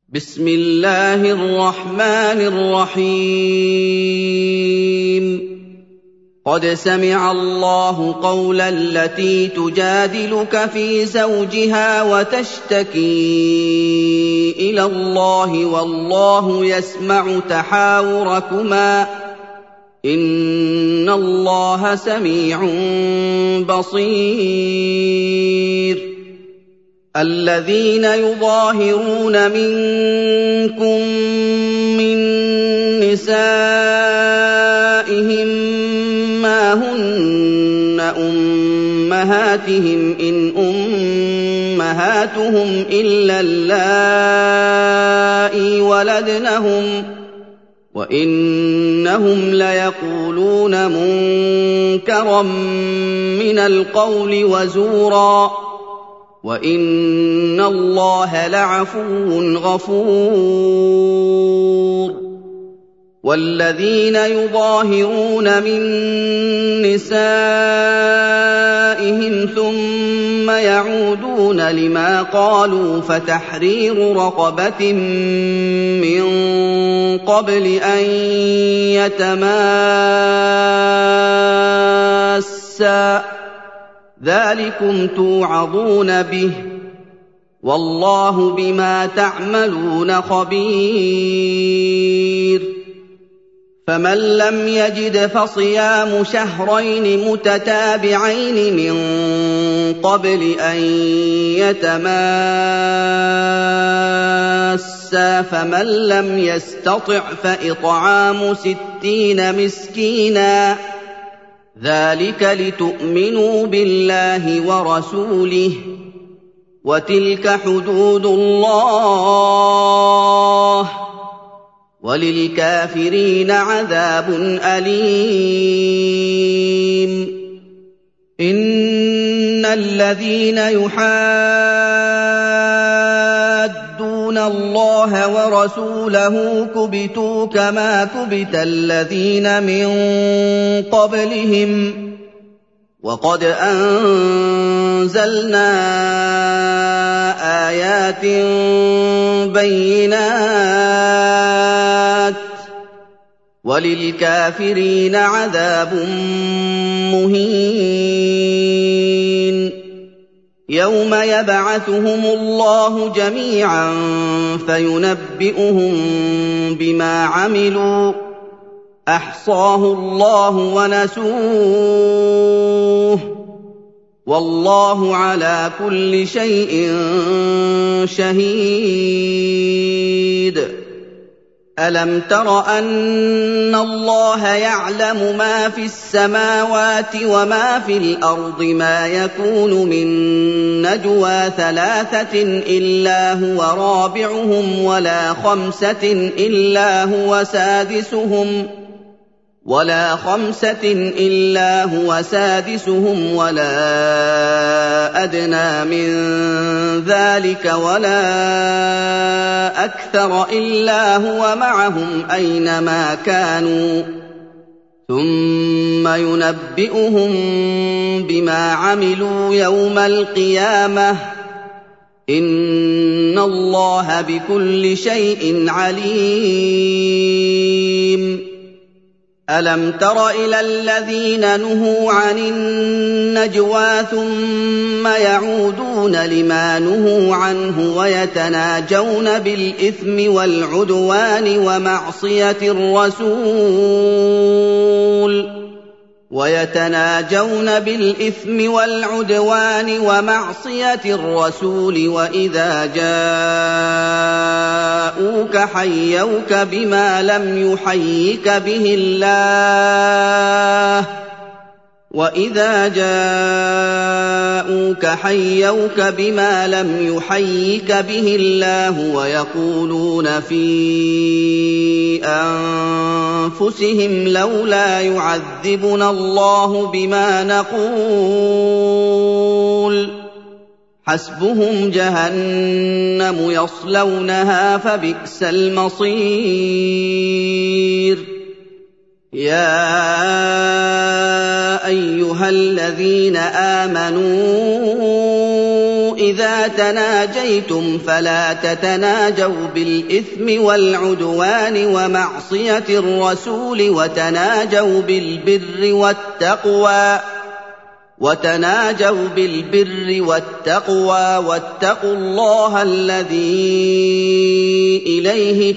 بسم الله الرحمن الرحيم قد سمع الله قول التي تجادلك في زوجها وتشتكي إلى الله والله يسمع تحاوركما إن الله سميع بصير الذين يظاهرون منكم من نسائهم ما هن أمهاتهم إن أمهاتهم إلا اللائي ولدنهم وإنهم ليقولون منكرا من القول وزورا وَإِنَّ اللَّهَ لَعَفُوٌّ غَفُورٌ وَالَّذِينَ يُظَاهِرُونَ مِن نِّسَائِهِمْ ثُمَّ يَعُودُونَ لِمَا قَالُوا فَتَحْرِيرُ رَقَبَةٍ مِّن قَبْلِ أَن يَتَمَاسَّا ذَٰلِكُمْ تُوعَظُونَ بِهِ وَاللَّهُ بِمَا تَعْمَلُونَ خَبِيرٌ فَمَن لَّمْ يَجِدْ فَصِيَامُ شَهْرَيْنِ مُتَتَابِعَيْنِ مِن قَبْلِ أَن يَتَمَاسَّا فَمَن لَّمْ يَسْتَطِعْ فَإِطْعَامُ 60 مِسْكِينًا ذَلِكَ لِتُؤْمِنُوا بِاللَّهِ وَرَسُولِهِ ۚ وَتِلْكَ حُدُودُ اللَّهِ ۗ وَلِلْكَافِرِينَ عَذَابٌ أَلِيمٌ إِنَّ الَّذِينَ يُحَادُّونَ اللَّهَ وَرَسُولَهُ كُبِتُوا كَمَا كُبِتَ الَّذِينَ مِن قَبْلِهِمْ ۚ وَقَدْ أَنزَلْنَا آيَاتٍ بَيِّنَاتٍ ۚ وَلِلْكَافِرِينَ عَذَابٌ مُّهِينٌ يَوْمَ يَبْعَثُهُمُ اللَّهُ جَمِيعًا فَيُنَبِّئُهُم بِمَا عَمِلُوا ۚ أَحْصَاهُ اللَّهُ وَنَسُوهُ ۚ وَاللَّهُ عَلَىٰ كُلِّ شَيْءٍ شَهِيدٌ أَلَمْ تَرَ أَنَّ اللَّهَ يَعْلَمُ مَا فِي السَّمَاوَاتِ وَمَا فِي الْأَرْضِ مَا يَكُونُ مِن نَّجْوَىٰ ثَلَاثَةٍ إِلَّا هُوَ رَابِعُهُمْ وَلَا خَمْسَةٍ إِلَّا هُوَ سَادِسُهُمْ وَلَا أَدْنَىٰ مِن ذَٰلِكَ وَلَا أَكْثَرَ إِلَّا هُوَ مَعَهُمْ أَيْنَمَا كَانُوا ثُمَّ يُنَبِّئُهُم بِمَا عَمِلُوا يَوْمَ الْقِيَامَةِ ۚ إِنَّ اللَّهَ بِكُلِّ شَيْءٍ عَلِيمٌ أَلَمْ تَرَ إِلَى الَّذِينَ نُهُوا عَنِ النَّجْوَىٰ ثُمَّ يَعُودُونَ لِمَا نُهُوا عَنْهُ وَيَتَنَاجَوْنَ بِالْإِثْمِ وَالْعُدْوَانِ وَمَعْصِيَةِ الرَّسُولِ وَإِذَا جَاءُوكَ حَيَّوْكَ بِمَا لَمْ يُحَيِّكَ بِهِ اللَّهُ وَيَقُولُونَ فِي أَنفُسِهِمْ لَوْلَا يُعَذِّبُنَا اللَّهُ بِمَا نَقُولُ حَسْبُهُمْ جَهَنَّمُ يَصْلَوْنَهَا فَبِئْسَ الْمَصِيرُ يَا أَيُّهَا الَّذِينَ آمَنُوا إِذَا تَنَاجَيْتُمْ فَلَا تَتَنَاجَوْا بِالْإِثْمِ وَالْعُدْوَانِ وَمَعْصِيَةِ الرَّسُولِ وَتَنَاجَوْا بِالْبِرِّ وَالتَّقْوَىٰ وَاتَّقُوا اللَّهَ الَّذِي إِلَيْهِ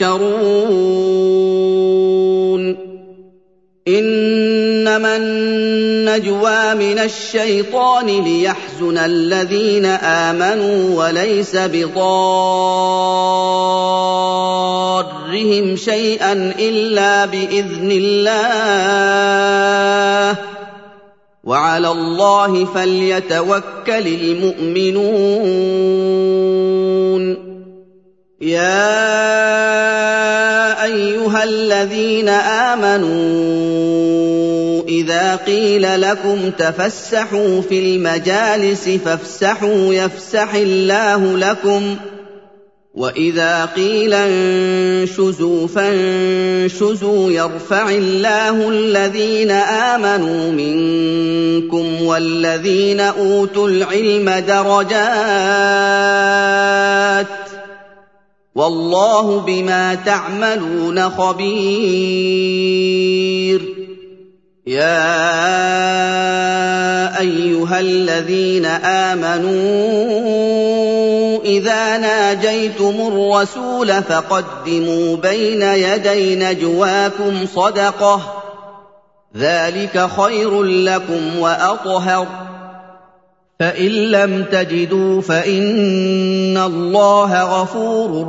تُحْشَرُونَ إِنَّمَا النَّجْوَىٰ مِنَ الشَّيْطَانِ لِيَحْزُنَ الَّذِينَ آمَنُوا وَلَيْسَ بِضَارِّهِمْ شَيْئًا إِلَّا بِإِذْنِ اللَّهِ ۚ وَعَلَى اللَّهِ فَلْيَتَوَكَّلِ الْمُؤْمِنُونَ يَا أَيُّهَا الَّذِينَ آمَنُوا إِذَا قِيلَ لَكُمْ تَفَسَّحُوا فِي الْمَجَالِسِ فَافْسَحُوا يَفْسَحِ اللَّهُ لَكُمْ ۖ وَإِذَا قِيلَ انشُزُوا فَانشُزُوا يَرْفَعِ اللَّهُ الَّذِينَ آمَنُوا مِنكُمْ وَالَّذِينَ أُوتُوا الْعِلْمَ دَرَجَاتٍ ۚ وَاللَّهُ بِمَا تَعْمَلُونَ خَبِيرٌ يَا أَيُّهَا الَّذِينَ آمَنُوا إِذَا نَاجَيْتُمُ الرَّسُولَ فَقَدِّمُوا بَيْنَ يَدَيْ نَجْوَاكُمْ صَدَقَةً ۚ ذَٰلِكَ خَيْرٌ لَّكُمْ وَأَطْهَرُ ۚ فَإِن لَّمْ تَجِدُوا فَإِنَّ اللَّهَ غَفُورٌ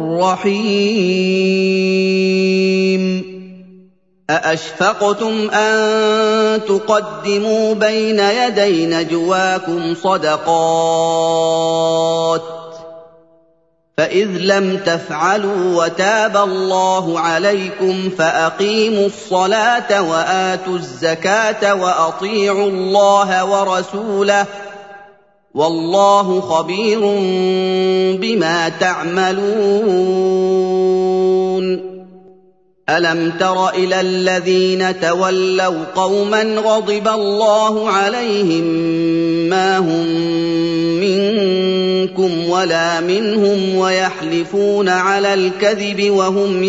رَّحِيمٌ أَأَشْفَقْتُمْ أَن تُقَدِّمُوا بَيْنَ يَدَيْ نَجْوَاكُمْ صَدَقَاتٍ ۚ فَإِذْ لَمْ تَفْعَلُوا وَتَابَ اللَّهُ عَلَيْكُمْ فَأَقِيمُوا الصَّلَاةَ وَآتُوا الزَّكَاةَ وَأَطِيعُوا اللَّهَ وَرَسُولَهُ ۚ وَاللَّهُ خَبِيرٌ بِمَا تَعْمَلُونَ أَلَمْ تَرَ إِلَى الَّذِينَ تَوَلَّوْا قَوْمًا غَضِبَ اللَّهُ عَلَيْهِم مَّا هُم مِّنكُمْ وَلَا مِنْهُمْ وَيَحْلِفُونَ عَلَى الْكَذِبِ وَهُمْ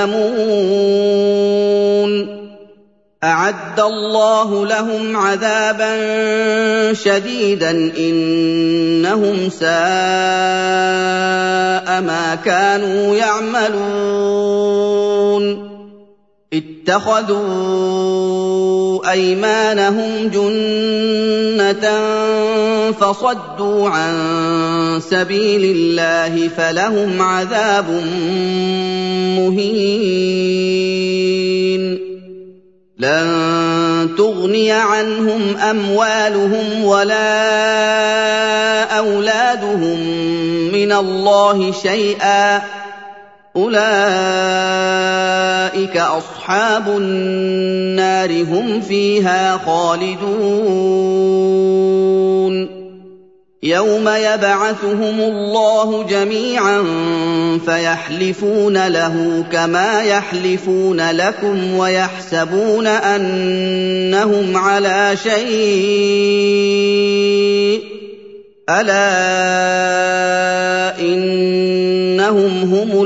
يَعْلَمُونَ أَعَدَّ اللَّهُ لَهُمْ عَذَابًا شَدِيدًا إِنَّهُمْ سَاءَ مَا كَانُوا يَعْمَلُونَ اتَّخَذُوا أَيْمَانَهُمْ جُنَّةً فَصَدُّوا عَن سَبِيلِ اللَّهِ فَلَهُمْ عَذَابٌ مُّهِينٌ لَّن تُغْنِيَ عَنْهُمْ أَمْوَالُهُمْ وَلَا أَوْلَادُهُم مِّنَ اللَّهِ شَيْئًا ۚ أُولَٰئِكَ أَصْحَابُ النَّارِ ۖ هُمْ فِيهَا خَالِدُونَ يَوْمَ يَبْعَثُهُمُ اللَّهُ جَمِيعًا فَيَحْلِفُونَ لَهُ كَمَا يَحْلِفُونَ لَكُمْ وَيَحْسَبُونَ أَنَّهُمْ عَلَىٰ شَيْءٍ ۚ أَلَا إِنَّهُمْ هُمُ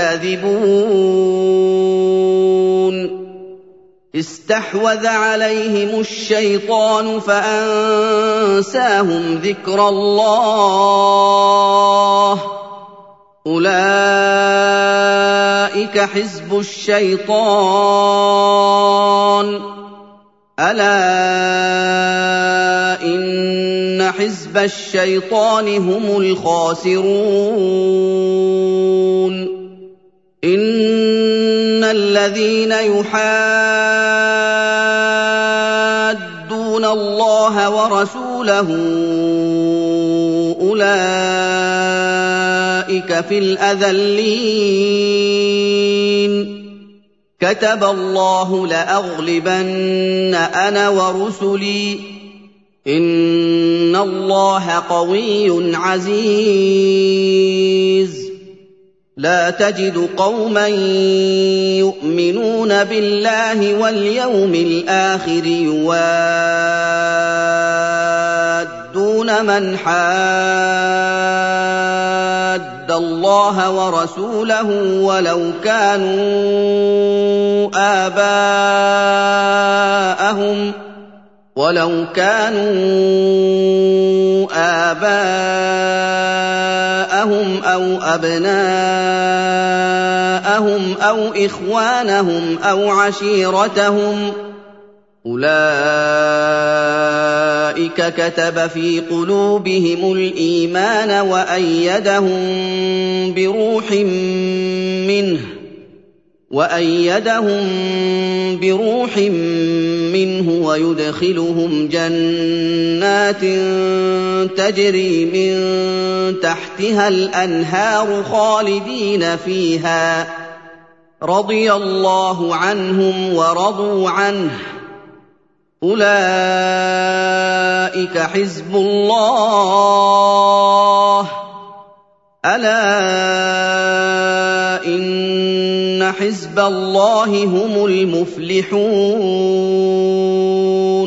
الْكَاذِبُونَ اسْتَحْوَذَ عَلَيْهِمُ الشَّيْطَانُ فَأَنسَاهُمْ ذِكْرَ اللَّهِ ۚ أُولَٰئِكَ حِزْبُ الشَّيْطَانِ ۚ أَلَا إِنَّ حِزْبَ الشَّيْطَانِ هُمُ الْخَاسِرُونَ إِنَّ الَّذِينَ يُحَادُّونَ اللَّهَ وَرَسُولَهُ أُولَٰئِكَ فِي الْأَذَلِّينَ كَتَبَ اللَّهُ لَأَغْلِبَنَّ أَنَا وَرُسُلِي ۚ إِنَّ اللَّهَ قَوِيٌّ عَزِيزٌ لَا تَجِدُ قَوْمًا يُؤْمِنُونَ بِاللَّهِ وَالْيَوْمِ الْآخِرِ يُوَادُّونَ يُنَصِرُونَ مَنْ حَادَّ اللَّهَ وَرَسُولَهُ وَلَوْ كَانُوا آبَاءَهُمْ أَوْ أَبْنَاءَهُمْ أَوْ إِخْوَانَهُمْ أَوْ عَشِيرَتَهُمْ ۚ أُولَٰئِكَ كَتَبَ فِي قُلُوبِهِمُ الْإِيمَانَ وَأَيَّدَهُم بِرُوحٍ مِّنْهُ وَيُدْخِلُهُمْ جَنَّاتٍ تَجْرِي مِن تَحْتِهَا الْأَنْهَارُ خَالِدِينَ فِيهَا ۚ رَضِيَ اللَّهُ عَنْهُمْ وَرَضُوا عَنْهُ ۚ أُولَٰئِكَ حِزْبُ اللَّهِ ۚ أَلَا إِنَّ حِزْبَ اللَّهِ هُمُ الْمُفْلِحُونَ